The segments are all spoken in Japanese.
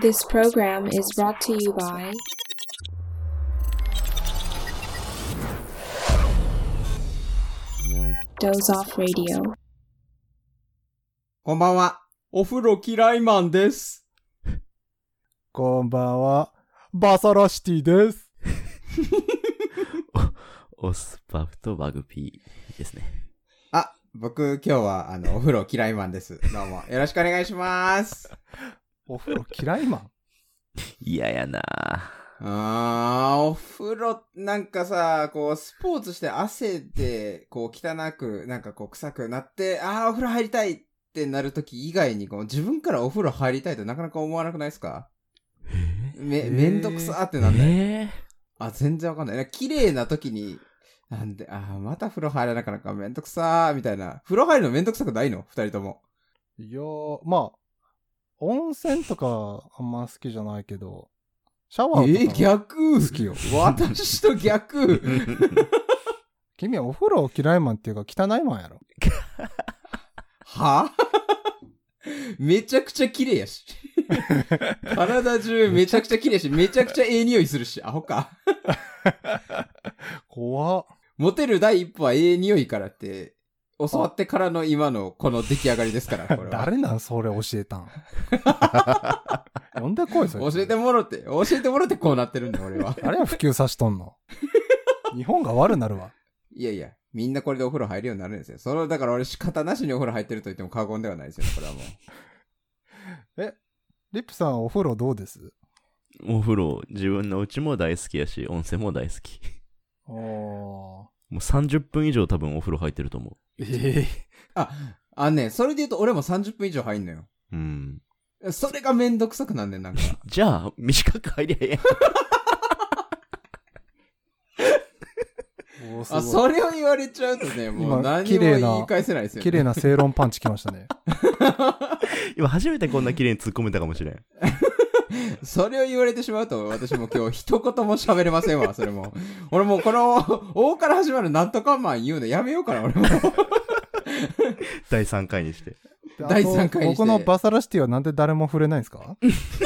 This program is brought to you by Doze Off Radio。 こんばんは。お風呂嫌いマンです。 こんばんは。バサラシティです。 オスパフとバグピーですね。 あ、僕今日はお風呂嫌いマンです。どうもよろしくお願いします。 お風呂嫌いマン？ 嫌やなお風呂なんかさ、こうスポーツして汗でこう汚くなんかこう臭くなって、お風呂入りたいってなるとき以外にこう自分からお風呂入りたいとなかなか思わなくないですか？めんどくさーってなんだよ。全然わかんない。綺麗な時になんでまた風呂入らなかなかめんどくさーみたいな。風呂入るのめんどくさくないの？二人とも。 いやー、まあ温泉とかあんま好きじゃないけど、シャワーとか逆好きよ。 私と逆。 君はお風呂嫌いマンっていうか汚いマンやろ。 はめちゃくちゃ綺麗やし。体中めちゃくちゃ綺麗し、めちゃくちゃええ匂いするし、アホか。 怖っ。 モテる第一歩はええ匂いからって、教わってからの今のこの出来上がりですから、これは。 誰なんそれ教えたん？呼んでこい、それ。 教えてもろってこうなってるんだよ、俺は。 あれは普及さしとんの。日本が悪なるわ。 いやいや、みんなこれでお風呂入るようになるんですよ。だから俺仕方なしにお風呂入ってると言っても過言ではないですよ、これはもう。 リップさんお風呂どうです？ お風呂、自分の家も大好きやし、温泉も大好き。もう30分以上多分お風呂入ってると思う。 それで言うと俺も30分以上入んのよ。 うん。 それがめんどくさくなんねん、なんか。 じゃあ、短く入りゃええ。 それを言われちゃうとね、もう何も言い返せないですよ、ね。 綺麗な正論パンチきましたね。 今初めてこんな綺麗に突っ込めたかもしれん。 それを言われてしまうと、私も今日一言も喋れませんわ、それも。俺もうこの、O から始まるなんとかマン言うのやめようかな、俺も。 第3回にして。 第3回にして。 僕のバサラシティはなんで誰も触れないんですか？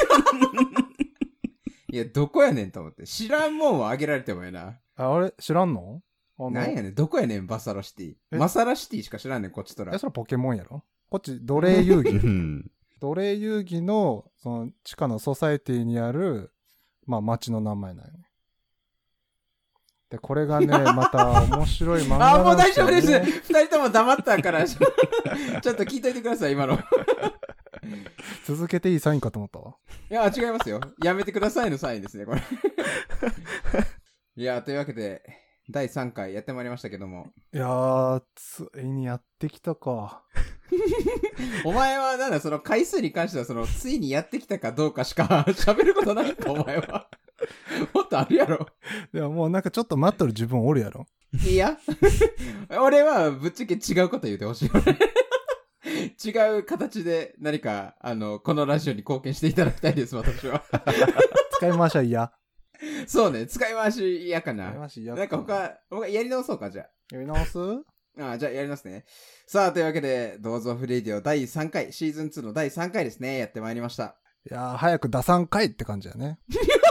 いや、どこやねんと思って。知らんもんはあげられてもやな。 あれ知らんの？ なんやねん、どこやねん、バサラシティ。マサラシティしか知らんねん、こっちとら。 それポケモンやろ？こっち奴隷遊戯。 うん奴隷遊戯のその地下のソサエティにある町の名前なんよね。でこれがねまた面白い漫画なんですよね。 もう大丈夫です。二人とも黙ったからちょっと聞いといてください、今の。 続けていいサインかと思ったわ。 いや違いますよ。やめてくださいのサインですね、これ。いやというわけで第3回やってまいりましたけども。 いやーついにやってきたか。 お前はなんだ、その回数に関してはそのついにやってきたかどうかしか喋ることないか、お前は。もっとあるやろ。 でももうなんかちょっと待っとる自分おるやろ。 いや俺はぶっちゃけ違うこと言うてほしい。違う形で何かこのラジオに貢献していただきたいです、私は。 使い回しは嫌。 そうね、使い回し嫌かな。 使い回し嫌か。 なんか他やり直そうか、じゃあ。 やり直す？ じゃあやりますね。さあ、というわけで、どうぞフレイディオ第3回、シーズン2の第3回ですね、やってまいりました。 いやー、早く出さんかいって感じやね。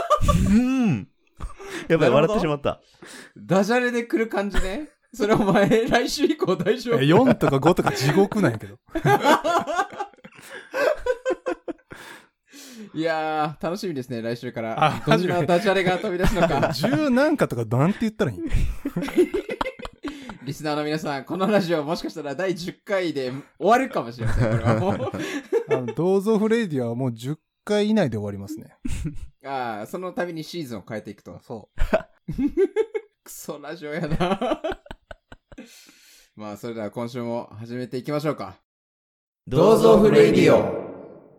やばい、笑ってしまった。 ダジャレで来る感じね。それお前、来週以降大丈夫 ？4とか5とか地獄なんやけど。 いやー、楽しみですね、来週から。どんなダジャレが飛び出すのか。 10何かとかなんて言ったらいい？ リスナーの皆さん、このラジオもしかしたら第10回で終わるかもしれません。これはもうドーゾフレイディはもう10回以内で終わりますね。 その度にシーズンを変えていくと。 そう。 クソラジオやな。まあ、それでは今週も始めていきましょうか。どうぞフレイディオ。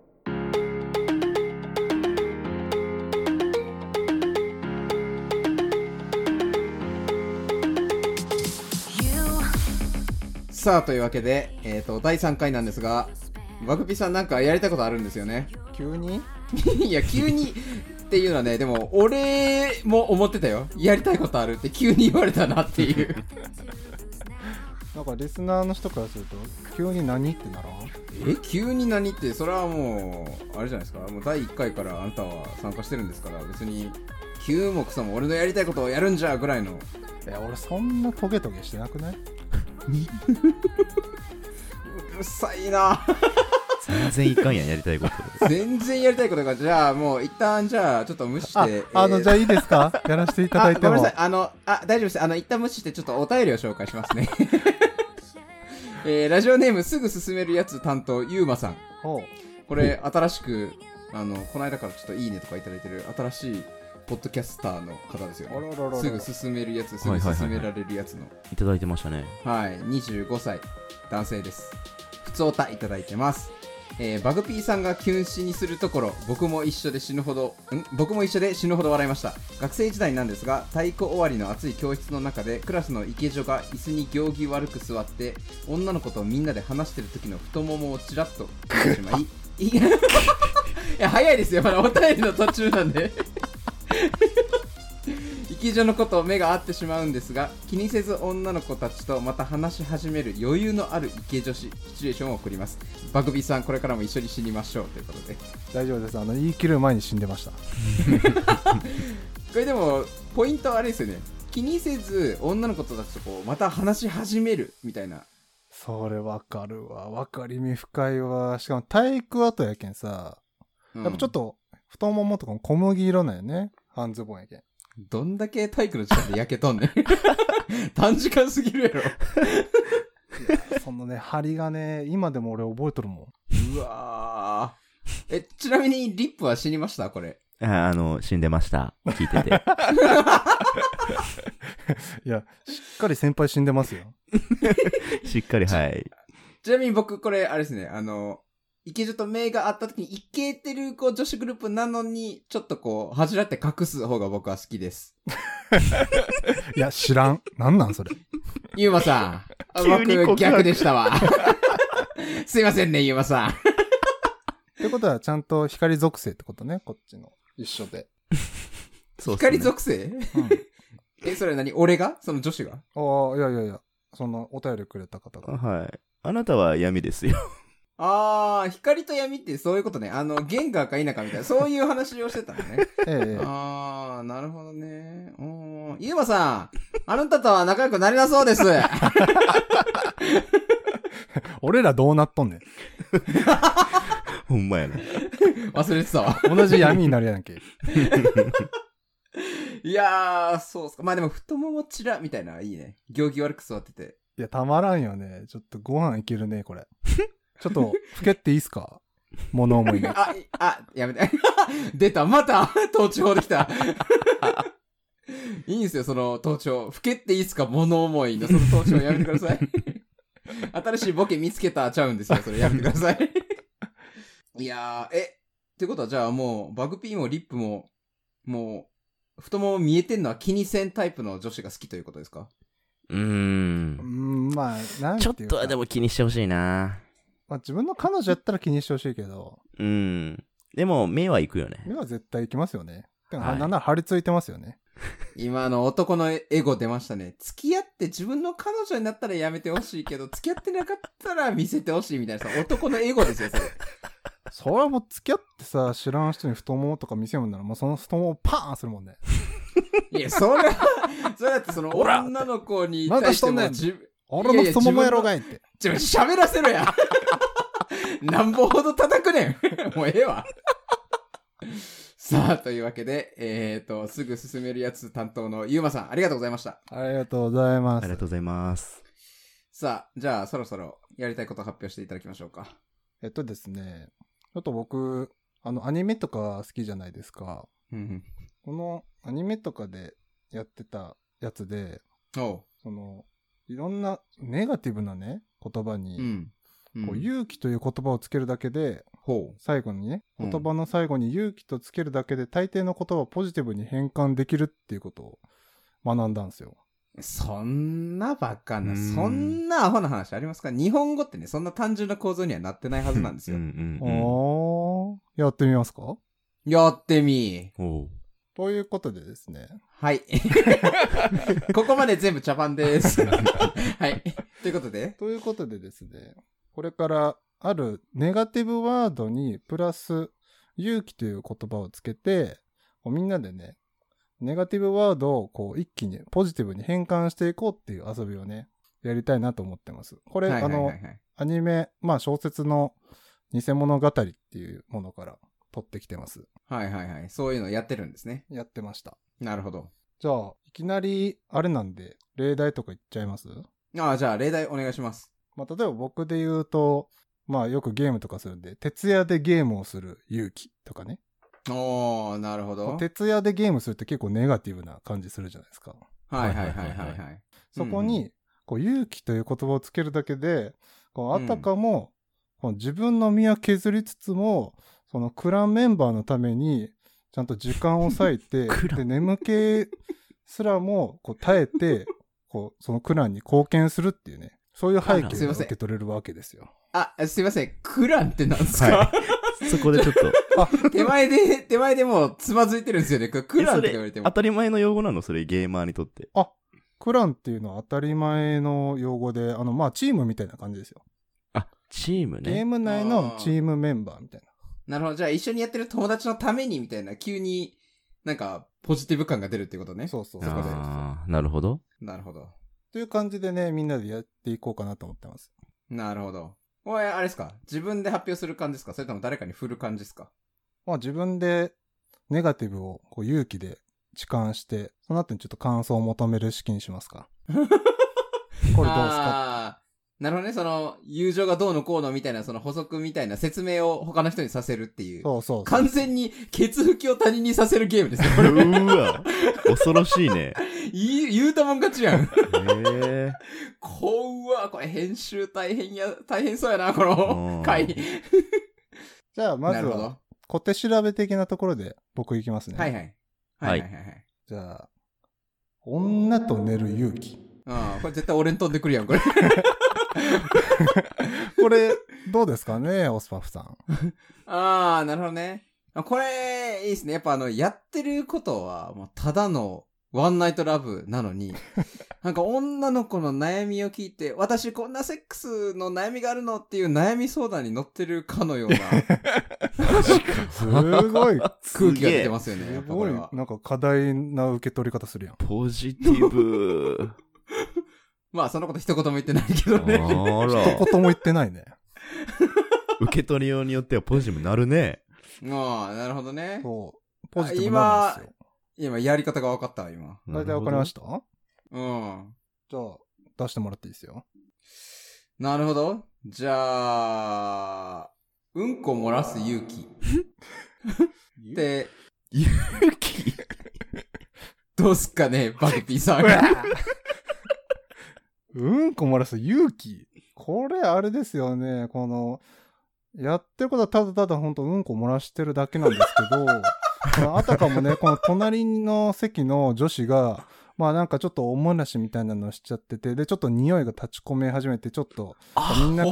さあ、というわけで、第3回なんですが、バグピさんなんかやりたいことあるんですよね。 急に？ いや、急にっていうのはね、でも、俺も思ってたよ。やりたいことあるって急に言われたなっていう。 なんかリスナーの人からすると急に何ってならん？ 急に何って、それはもうあれじゃないですか。もう第1回からあなたは参加してるんですから、別に急も草も俺のやりたいことをやるんじゃぐらいの。 いや俺そんなトゲトゲしてなくない？ うるさいな。 全然いかんやん、やりたいこと。 全然やりたいことが、じゃあもう一旦じゃあちょっと無視して、 じゃあいいですか？やらせていただいても。 ごめんなさい、大丈夫です。一旦無視してちょっとお便りを紹介しますね。ラジオネームすぐ進めるやつ担当ゆうまさん。これ新しくこの間からちょっといいねとかいただいてる新しいポッドキャスターの方ですよね。すぐ進めるやつ、すぐ進められるやつの、 いただいてましたね。 はい、25歳男性です。普通おたいただいてます。バグピーさんがキュン死にするところ、僕も一緒で死ぬほど笑いました。学生時代なんですが、体育終わりの暑い教室の中でクラスのイケ女が椅子に行儀悪く座って女の子とみんなで話してる時の太ももをちらっと見てしまいいや早いですよ、まだお便りの途中なんでイケ女の子と目が合ってしまうんですが、気にせず女の子たちとまた話し始める余裕のあるイケ女子シチュエーションを送ります。バグビーさん、これからも一緒に死にましょうということで。 大丈夫です。言い切る前に死んでました。 これでもポイントはあれですよね。気にせず女の子たちとこうまた話し始めるみたいな。 それわかるわ。わかりみ深いわ。しかも体育後やけんさ、やっぱちょっと太ももとかも小麦色なんよね。半ズボンやけん。 どんだけ体育の時間で焼けとんねん。短時間すぎるやろ。 そのね、張りがね、今でも俺覚えとるもん。うわー。ちなみにリップは死にましたこれ？ 死んでました。聞いてて。 いや、しっかり先輩死んでますよ。 しっかり、はい。 ちなみに僕これあれですね、イケ女と目が合った時にイケてる女子グループなのにちょっとこう恥じらって隠す方が僕は好きです。 いや知らん。なんなんそれ。 ゆうまさん、僕逆でしたわ。すいませんねゆうまさん。 ってことはちゃんと光属性ってことね、こっちの一緒で。 そうっすね、光属性、うん、それ何？俺が？その女子が？ いやそのお便りくれた方が。 はい。あなたは闇ですよ。 光と闇ってそういうことね。ゲンガーか否かみたいな、そういう話をしてたのね。なるほどね。ゆうまさん、あなたとは仲良くなりなそうです。 俺らどうなっとんねん。 ほんまやな。 忘れてたわ。 同じ闇になるやんけ。 いやー、そうっすか。まあでも太ももちらみたいな、いいね。行儀悪く座ってて。 いや、たまらんよね。ちょっとご飯いけるね、これ。ちょっと、ふけっていいっすか？物思いに。 やめて。出た、また、盗聴できた。いいんすよ、その盗聴。ふけっていいっすか？物思いの、その盗聴やめてください。新しいボケ見つけたちゃうんですよ、それやめてください。いやー、ってことはじゃあもう、バグピーもリップも、もう、太もも見えてんのは気にせんタイプの女子が好きということですか？ まあ、なんていうか。 ちょっとはでも気にしてほしいな。 まあ自分の彼女やったら気にしてほしいけど。 でも、目は行くよね。 目は絶対行きますよね。なんなら張り付いてますよね。 今男のエゴ出ましたね。付き合って自分の彼女になったらやめてほしいけど、付き合ってなかったら見せてほしいみたいなさ、男のエゴですよ、それ。 それはもう付き合ってさ、知らん人に太ももとか見せるんなら、もうその太ももをパーンするもんね。 いや、それだってその女の子に対しても俺の太ももやろがいって。 喋らせろや。なんぼほど叩くねん。もうええわ。さあ、というわけで、すぐ進めるやつ担当のゆうまさん、ありがとうございました。 ありがとうございます。 ありがとうございます。 さあ、じゃあ、そろそろやりたいことを発表していただきましょうか。 ですね、ちょっと僕、アニメとか好きじゃないですか。このアニメとかでやってたやつで、いろんなネガティブなね、言葉に、こう勇気という言葉をつけるだけで、最後にね、言葉の最後に勇気とつけるだけで大抵の言葉をポジティブに変換できるっていうことを学んだんですよ。 そんなバカな、そんなアホな話ありますか？日本語ってね、そんな単純な構造にはなってないはずなんですよ。 やってみますか？ やってみ。 ということでですね。 はい。ここまで全部茶番です。はい。ということでですね。これからあるネガティブワードにプラス勇気という言葉をつけて、みんなでね、ネガティブワードをこう一気にポジティブに変換していこうっていう遊びをね、やりたいなと思ってます。これ、アニメ、まあ小説の偽物語っていうものから取ってきてます。 はいはいはい。そういうのやってるんですね。 やってました。 なるほど。 じゃあ、いきなり、あれなんで、例題とか言っちゃいます？ ああ、じゃあ例題お願いします。 まあ例えば僕で言うと、まあよくゲームとかするんで、徹夜でゲームをする勇気とかね。 おー、なるほど。 徹夜でゲームするって結構ネガティブな感じするじゃないですか。 はいはいはいはいはい。 そこに、こう勇気という言葉をつけるだけで、こうあたかも、この自分の身は削りつつも、そのクランメンバーのために、ちゃんと時間を割いて、で、眠気すらもこう耐えて、こう、そのクランに貢献するっていうね、そういう背景が受け取れるわけですよ。 すいません。クランってなんですか？はい、 そこでちょっと。 手前でもうつまずいてるんですよね。クランって言われても。 当たり前の用語なの？それゲーマーにとって。 クランっていうのは当たり前の用語で、まあ、チームみたいな感じですよ。 チームね。 ゲーム内のチームメンバーみたいな。 なるほど。じゃあ一緒にやってる友達のためにみたいな、急になんかポジティブ感が出るってことね。 そう。そこで。なるほど。 なるほど。 という感じでね、みんなでやっていこうかなと思ってます。 なるほど。おい、あれですか？自分で発表する感じですか？それとも誰かに振る感じですか？ まあ自分でネガティブをこう勇気で痴漢して、その後にちょっと感想を求める式にしますか？これどうですか？ なるほどね。その、友情がどうのこうのみたいな、その補足みたいな説明を他の人にさせるっていう。 そう。 完全にケツ吹きを他人にさせるゲームですよ。 うわ。恐ろしいね。 言うたもん勝ちやん。怖これ編集大変そうやな、この回。 じゃあ、まずは、小手調べ的なところで僕いきますね。 はい。 じゃあ、女と寝る勇気。 これ絶対俺に飛んでくるやん、これ。 これ、どうですかね、オスパフさん。 なるほどね。これ、いいですね。やっぱやってることは、もうただのワンナイトラブなのに、なんか女の子の悩みを聞いて、私こんなセックスの悩みがあるのっていう悩み相談に乗ってるかのような。 すごい空気が出てますよね。 すごい、なんか過大な受け取り方するやん。 ポジティブ。 まあそんなこと一言も言ってないけどね。 一言も言ってないね。 受け取りようによってはポジティブになるね。 なるほどね。 そう。ポジティブなんですよ。 今やり方が分かったわ、今。 大体分かりました？ うん。 じゃあ、出してもらっていいですよ。 なるほど。じゃあ、うんこ漏らす勇気。で、 勇気どうすっかね、バグピーさん。 うんこ漏らす勇気。これ、あれですよね。やってることはただただ本当うんこ漏らしてるだけなんですけど、あたかもね、この隣の席の女子が、まあなんかちょっとおもらしみたいなのをしちゃってて、で、ちょっと匂いが立ち込め始めて、ちょっと、みんなから、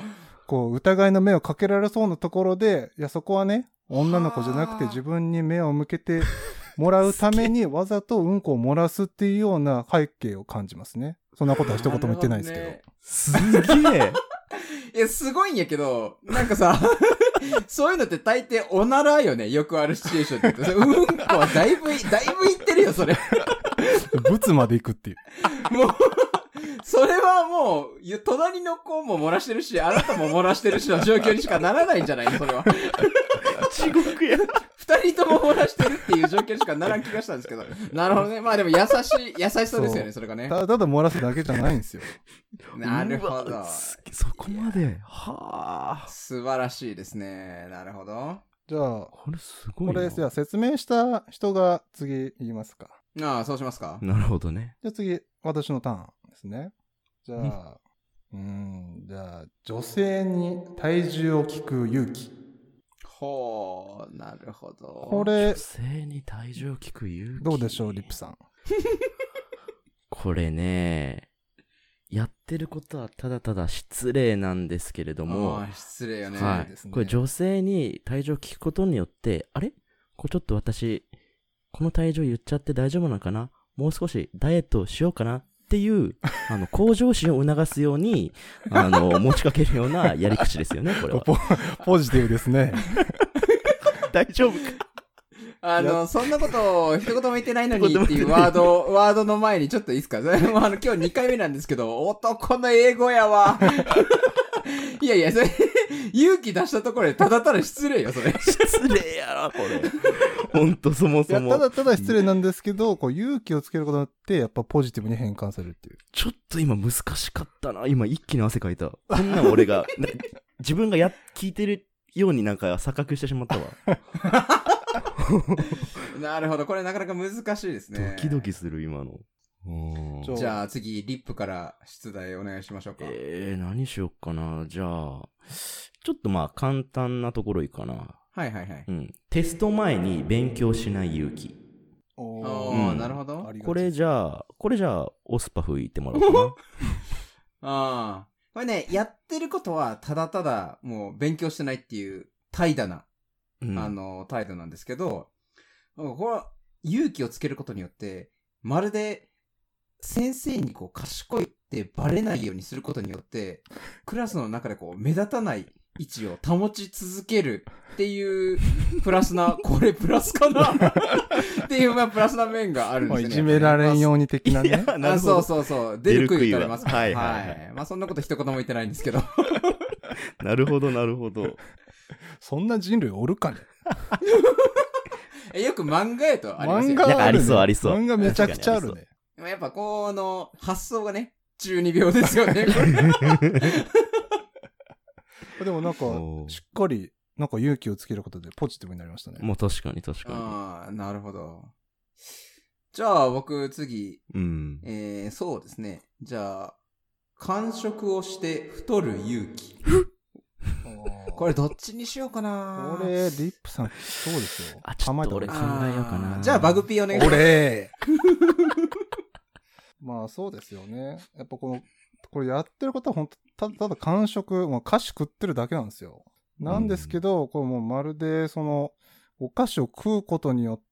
こう、疑いの目をかけられそうなところで、いや、そこはね、女の子じゃなくて自分に目を向けてもらうために、わざとうんこを漏らすっていうような背景を感じますね。そんなことは一言も言ってないですけど。 すげえ。 いや、すごいんやけど、なんかさ、そういうのって大抵おならよね。よくあるシチュエーションって言うと。うんこはだいぶ言ってるよ、それ。 ブツまで行くっていう。 もう、それはもう、隣の子も漏らしてるし、あなたも漏らしてるしの状況にしかならないんじゃないの、それは。 地獄や。 二人とも漏らしてるっていう状況にしかならん気がしたんですけど。なるほどね。まあでも優しさですよね、それがね。 ただ漏らすだけじゃないんですよ。 なるほど。 そこまで。はあ。 素晴らしいですね。なるほど。 じゃあ、 これすごいな。 これじゃあ説明した人が次言いますか。 そうしますか。 なるほどね。 じゃあ次、私のターンですね。じゃあ、じゃあ、女性に体重を聞く勇気。 ほう、なるほど。 これ、 女性に体重を聞く勇気。 どうでしょう、リップさん。 これね、やってることはただただ失礼なんですけれども。 失礼よね。 はい。これ女性に体重を聞くことによって、あれこれちょっと私、 この体重言っちゃって大丈夫なのかな、もう少しダイエットしようかなっていう向上心を促すように持ちかけるようなやり口ですよね、これは。 ポジティブですね。 大丈夫か。 そんなことを一言も言ってないのにっていうワードの前にちょっといいですか。今日2回目なんですけど、男の英語やわ。いやいや、それ、勇気出したところでただただ失礼よ、それ。 失礼やな、これ。ほんと、そもそも。 いや、ただただ失礼なんですけど、こう勇気をつけることによって、やっぱポジティブに変換されるっていう。 ちょっと今難しかったな。今一気に汗かいた。こんなん俺が、自分が聞いてるようになんか錯覚してしまったわ。 なるほど、これなかなか難しいですね。 ドキドキする、今の。 じゃあ次、リップから出題お願いしましょうか。 何しようかな。じゃあ、ちょっとまあ簡単なところいいかな。 はいはいはい。 テスト前に勉強しない勇気。 なるほど。 これじゃあ、オスパフ言ってもらおうかな。 これね、やってることはただただもう勉強してないっていう怠惰な、態度なんですけど、これは勇気をつけることによって、まるで先生にこう賢いってバレないようにすることによって、クラスの中でこう目立たない位置を保ち続けるっていうプラスな、これプラスかなっていう、プラスな面があるんですね。 いじめられんように的なね。 そう。出る杭打たれますから。 はい。 そんなこと一言も言ってないんですけど。 なるほど、なるほど。 そんな人類おるかね。 よく漫画やとありますよね。 漫画ありそう、ありそう。 漫画めちゃくちゃあるね。 やっぱこの発想がね、中二病ですよね。 でもなんか、しっかり、なんか勇気をつけることでポジティブになりましたね。 もう確かに。 なるほど。じゃあ僕次。そうですね。じゃあ、間食をして太る勇気。これどっちにしようかな。 これ、リップさん、そうですよ。 ちょっと俺考えようかな。 じゃあバグピーお願いします。 俺まあそうですよね。やっぱこれやってることは本当ただ間食、菓子食ってるだけなんですよ。なんですけど、これもうまるでお菓子を食うことによって、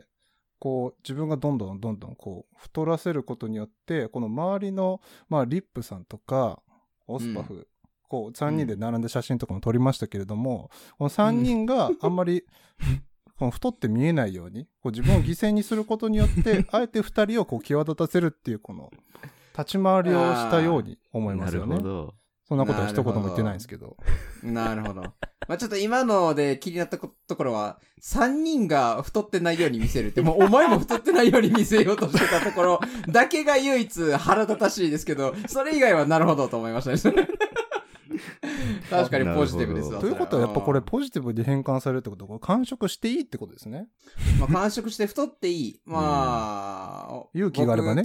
こう自分がどんどんこう太らせることによって、この周りの、リップさんとか、オスパフ、こう3人で並んで写真とかも撮りましたけれども、この3人があんまり、この太って見えないように、こう自分を犠牲にすることによって、あえて2人をこう際立たせるっていう、この立ち回りをしたように思いますよね。 なるほど。 そんなことは一言も言ってないんですけど。 なるほど。ちょっと今ので気になったところは、3人が太ってないように見せるって、もうお前も太ってないように見せようとしてたところだけが唯一腹立たしいですけど、それ以外はなるほどと思いましたね。確かにポジティブですわ。 ということはやっぱこれポジティブに変換されるってことは、間食していいってことですね。 間食して太っていい。 勇気があればね。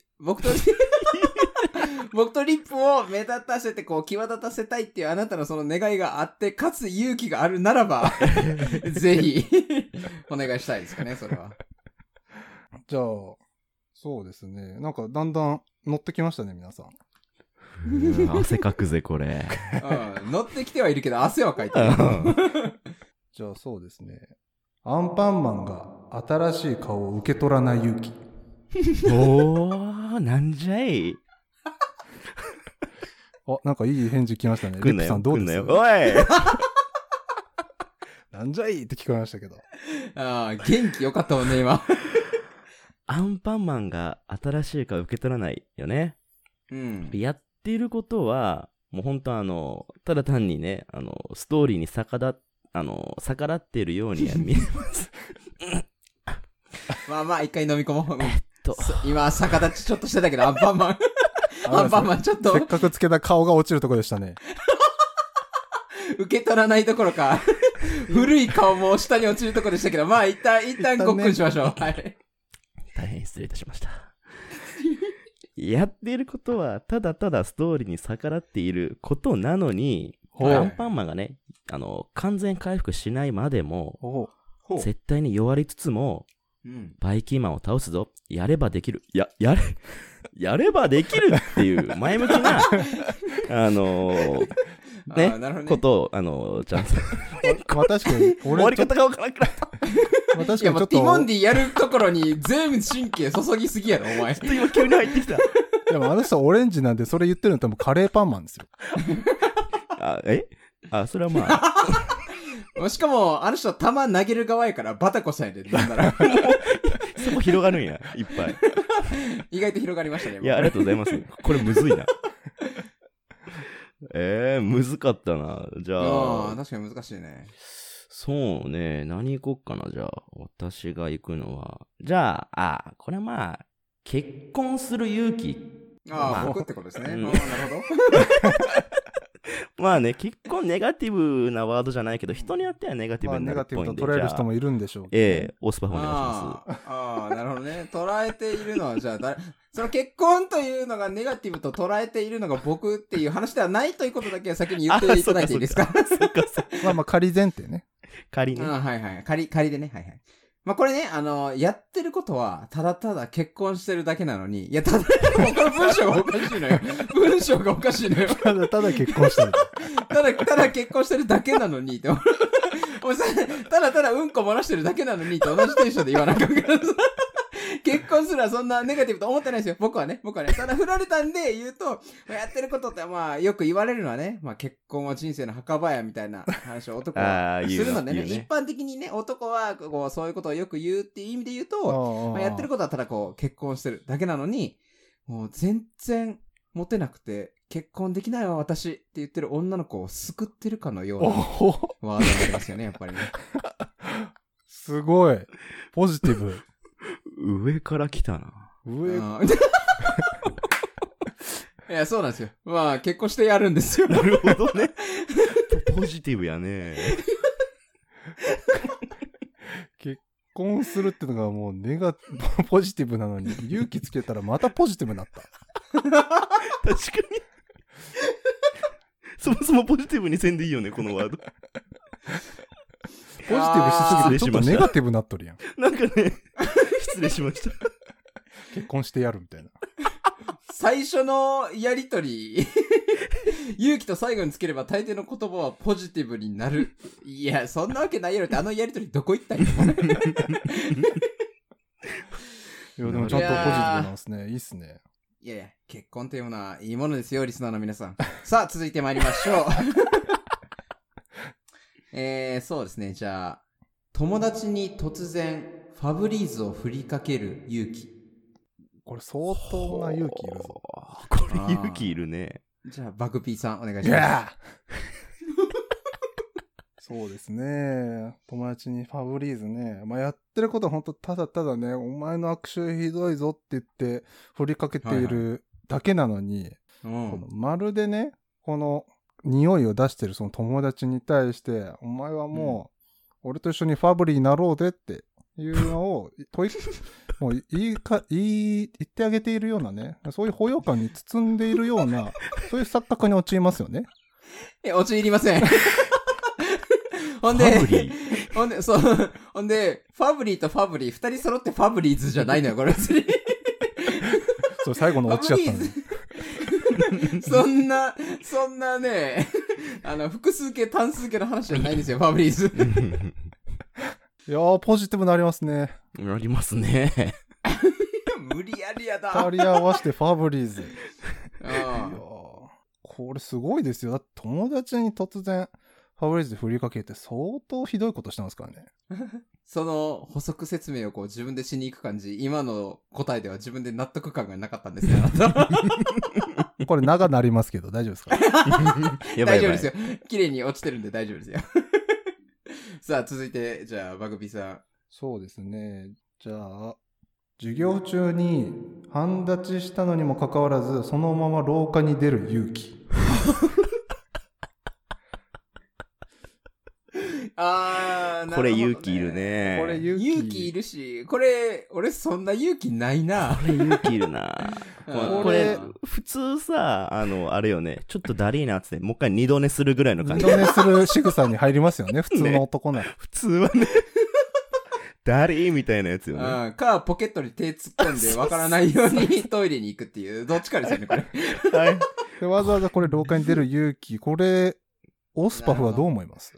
僕とリップを目立たせてこう際立たせたいっていうあなたのその願いがあって、かつ勇気があるならばぜひお願いしたいですかね、それは。 じゃあそうですね、なんかだんだん乗ってきましたね、皆さん。 汗かくぜこれ。 乗ってきてはいるけど汗はかいてる。 じゃあそうですね、アンパンマンが新しい顔を受け取らない勇気。 おー、なんじゃい。 なんかいい返事来ましたね。リップさんどうですか？ おいなんじゃいって聞こえましたけど。 元気よかったもんね、今。 アンパンマンが新しい顔受け取らないよね。やっていることは、もう本当ただ単にね、ストーリーに逆らっているようには見えます。 一回飲み込もう。今、逆立ちちょっとしてたけど、アンパンマン。アンパンマンちょっと。 せっかくつけた顔が落ちるところでしたね。 受け取らないどころか、古い顔も下に落ちるところでしたけど、一旦ごっくんしましょう。はい。 大変失礼いたしました。やっていることは、ただただストーリーに逆らっていることなのに、アンパンマンがね、完全回復しないまでも、絶対に弱りつつも、バイキンマンを倒すぞ。やればできる。やればできるっていう前向きな、 ね、 なるほどねことを、ちゃんと。 まあ確かに、 終わり方がわからなくなった。 まあ確かにいや、もうちょっティモンと、 ディやるところに全部神経注ぎすぎやろ、お前。 ちょっと今急に入ってきた。 でもあの人はオレンジなんで、それ言ってるの多分カレーパンマンですよ。 それはまあ。 しかも、あの人球投げる側やからバタコさんやで、なんなら。 そこ広がるんや、いっぱい。 意外と広がりましたね。 いや、ありがとうございます。これむずいな。むずかったな。じゃあ。 確かに難しいね。 そうね。何行こっかな、じゃあ。私が行くのは。じゃあ、これはまあ、結婚する勇気。 僕ってことですね。なるほど。 まあね、結婚ネガティブなワードじゃないけど、人によってはネガティブになるっぽいんで。 ネガティブと捉える人もいるんでしょうけど。 オスパフお願いします。 なるほどね。捉えているのは、じゃあその結婚というのがネガティブと捉えているのが僕っていう話ではないということだけは先に言っていただいていいですか？ まあ仮前提ね。 仮ね。 はいはい。仮でね。はいはい。まあこれね、やってることは、ただただ結婚してるだけなのに、いや、もうこの文章がおかしいのよ。文章がおかしいのよ。 ただ結婚してる。 ただ結婚してるだけなのにって。ただただうんこ漏らしてるだけなのにって同じテンションで言わなきゃいけない。結婚するはそんなネガティブと思ってないですよ。僕はね。ただ振られたんで言うと、やってることってまあよく言われるのはね、まあ結婚は人生の墓場やみたいな話を男はするのでね、一般的にね、男はこうそういうことをよく言うっていう意味で言うと、やってることはただこう結婚してるだけなのに、もう全然モテなくて、結婚できないわ私って言ってる女の子を救ってるかのようなワードになりますよね、やっぱりね。 すごい。ポジティブ。 上から来たな。 いや、そうなんですよ。まあ、結婚してやるんですよ。 なるほどね。ポジティブやね。 結婚するってのがもうポジティブなのに、勇気つけたらまたポジティブになった。 確かに。そもそもポジティブにせんでいいよね、このワード。 ポジティブしすぎてちょっとネガティブになっとるやん。 なんかね、失礼しました。 結婚してやるみたいな。 最初のやりとり、勇気と最後につければ大抵の言葉はポジティブになる。いや、そんなわけないやろって、あのやりとりどこ行ったんや。いや、でもちゃんとポジティブなんですね。いいっすね。 いや、結婚というものはいいものですよ、リスナーの皆さん。さあ、続いて参りましょう。そうですね。じゃあ、友達に突然ファブリーズを振りかける勇気。 これ相当な勇気いるぞ。 これ勇気いるね。 じゃあ、バグピーさんお願いします。 そうですね。友達にファブリーズね。まあ、やってることは本当ただただね、お前の悪臭ひどいぞって言って振りかけているだけなのに、このまるでね、この匂いを出してるその友達に対して、お前はもう、俺と一緒にファブリーになろうぜっていうのをもう言ってあげているようなね、そういう保養感に包んでいるような、そういう錯覚に陥りますよね。 いや、陥りません。ほんで、ファブリーとファブリー、二人揃ってファブリーズじゃないのよ、これ別に。 そう、最後のオチやったのに。 そんなね、複数形、単数形の話じゃないんですよ、ファブリーズ。 いやー、ポジティブになりますね。 なりますね。 無理やりやだ。 二人合わせてファブリーズ。 あこれすごいですよ。だって友達に突然、ファブリーズで振りかけて相当ひどいことしてますからね。 その補足説明をこう自分でしに行く感じ、今の答えでは自分で納得感がなかったんですね、あなた。 これ長なりますけど大丈夫ですか？ 大丈夫ですよ。綺麗に落ちてるんで大丈夫ですよ。さあ、続いて、じゃあ、バグピーさん。 そうですね。じゃあ、授業中に半立ちしたのにもかかわらず、そのまま廊下に出る勇気。 これ勇気いるね。 これ勇気いるし、これ、俺そんな勇気ないな。 これ勇気いるな。これ、普通さ、あれよね、ちょっとダリーなっつって、もう一回二度寝するぐらいの感じ。 二度寝する仕草に入りますよね、普通の男なら。 普通はね。ダリーみたいなやつよね。 か、ポケットに手突っ込んでわからないようにトイレに行くっていう、どっちかですよね、これ。 はい。で、わざわざこれ廊下に出る勇気、これ、 オスパフはどう思います？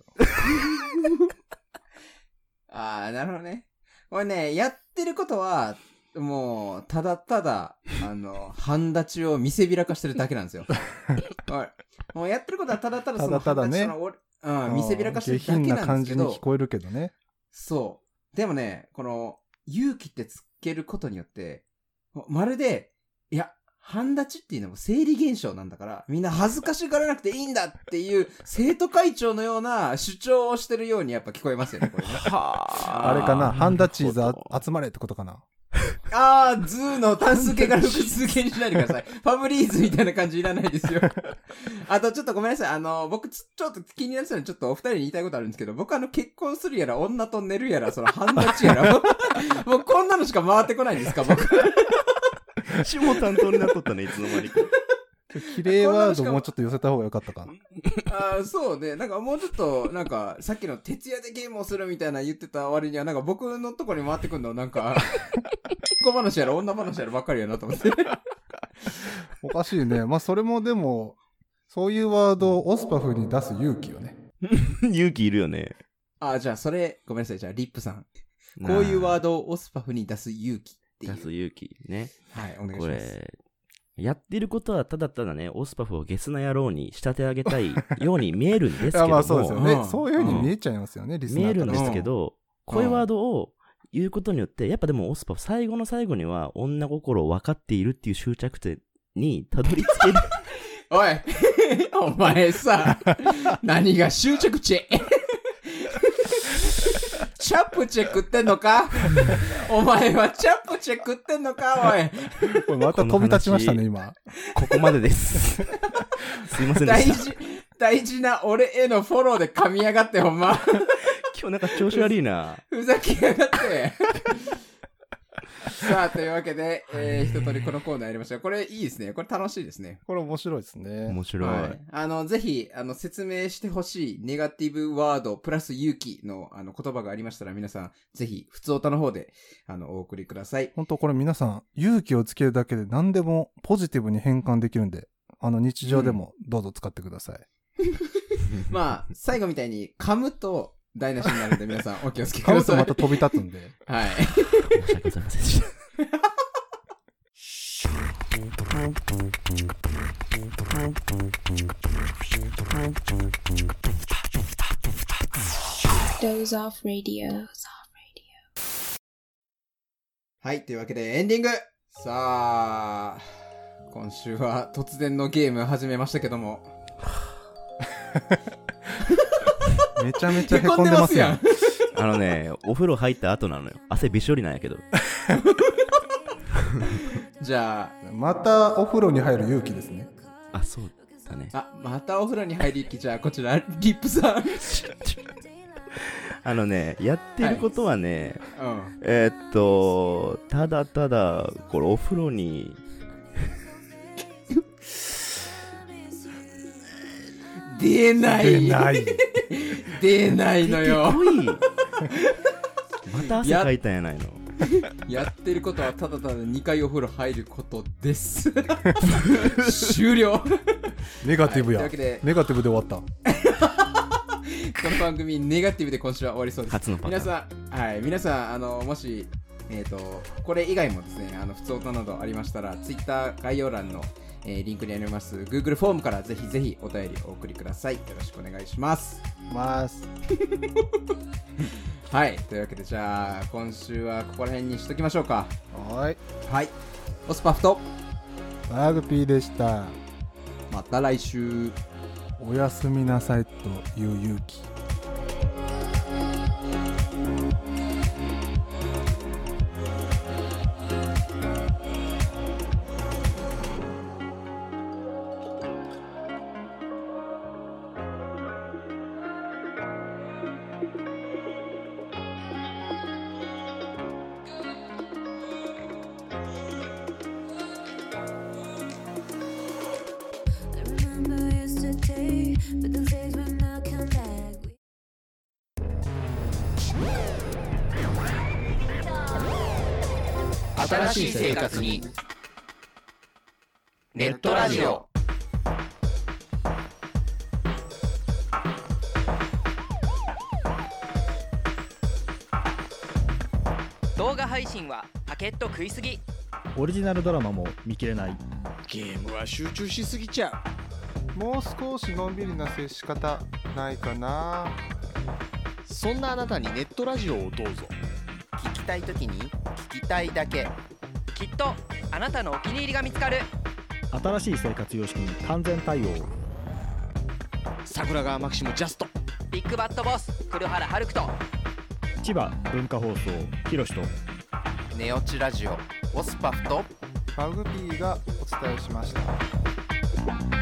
ああ、なるほどね。これね、やってることは、もう、ただただ、半立ちを見せびらかしてるだけなんですよ。もうやってることはただただそのただね、 見せびらかしてるだけなんですけど。 下品な感じに聞こえるけどね。 そう。でもね、この、勇気ってつけることによって、まるで、いや、半立ちっていうのも生理現象なんだから、みんな恥ずかしがらなくていいんだっていう生徒会長のような主張をしてるようにやっぱ聞こえますよね、これね。 あれかな、半立ちーズ集まれってことかな。 ズーの単数形から複数形にしないでください。ファブリーズみたいな感じいらないですよ。あとちょっとごめんなさい。僕ちょっと気になるのでちょっとお二人に言いたいことあるんですけど、僕結婚するやら女と寝るやら、その半立ちやら、もうこんなのしか回ってこないんですか、僕。 下担当になっとったね、いつの間にか。 綺麗ワードもうちょっと寄せた方がよかったかな。そうね。なんかもうちょっと、なんか、さっきの徹夜でゲームをするみたいな言ってた割には、なんか僕のとこに回ってくんの、なんか、小話やら女話やらばっかりやなと思って。 おかしいね。まあそれもでも、そういうワードをオスパフに出す勇気よね。 勇気いるよね。 じゃあそれ、ごめんなさい。じゃあリップさん。こういうワードをオスパフに出す勇気っていう。 出す勇気ね。 はい、お願いします。 やってることはただただね、オスパフをゲスな野郎に仕立て上げたいように見えるんですけども。 まあそうですよね。そういう風に見えちゃいますよね、リスナー。 見えるんですけど、こういうワードを言うことによって、やっぱでもオスパフ最後の最後には女心を分かっているっていう終着点にたどり着ける。 おいお前さ、何が終着地チャプチェ食ってんのかお前はチャプチェ食ってんのかおい。また飛び立ちましたね、今。 ここまでです。すいませんでした。大事な俺へのフォローで噛みやがって、ほんま。 今日なんか調子悪いな。 ふざけやがって。さあ、というわけで、一通りこのコーナーやりました。これいいですね。これ楽しいですね。 これ面白いですね。 面白い。 はい、ぜひ、説明してほしいネガティブワードプラス勇気の、言葉がありましたら、皆さん、ぜひ、ふつおたの方で、お送りください。 本当これ皆さん、勇気をつけるだけで何でもポジティブに変換できるんで、日常でもどうぞ使ってください。 まあ、最後みたいに噛むと台無しになるんで、皆さんお気をつけください。 噛むとまた飛び立つんで。 はい。 申し訳ございませんでした。 Doze Off Radio。 はい、というわけでエンディング。さあ、今週は突然のゲーム始めましたけども。 めちゃめちゃへこんでますやん。 お風呂入った後なのよ。汗びしょりなんやけど。 じゃあ、 またお風呂に入る勇気ですね。 あ、そうだね。 またお風呂に入る勇気。じゃあ、こちら、リップさん。 やってることはね、 はい、 ただただ、これお風呂に、 出ないのよ。 また汗かいたんやないの。 やってることはただただ2回お風呂入ることです。終了。 ネガティブや。 はい、というわけでネガティブで終わった。 この番組ネガティブで今週は終わりそうです。 初のパターン。皆さん、もし、これ以外もですね、普通歌などありましたら、Twitter 概要欄の、リンクにあります Google フォームからぜひぜひお便りお送りください。よろしくお願いします。はい、というわけでじゃあ今週はここら辺にしときましょうか。 はい。 オスパフとバーグピーでした。 また来週。 おやすみなさいという勇気。 新しい生活にネットラジオ。 動画配信はパケット食いすぎ。 オリジナルドラマも見切れない。 ゲームは集中しすぎちゃう。もう少しのんびりな接し方ないかな。 そんなあなたにネットラジオをどうぞ。 聞きたいときに聞きたいだけ。 きっとあなたのお気に入りが見つかる。 新しい生活様式に完全対応。 桜川マキシムジャスト。 ビッグバットボス黒原遥人。 千葉文化放送ひろしとネオチラジオオスパフとマグピーがお伝えしました。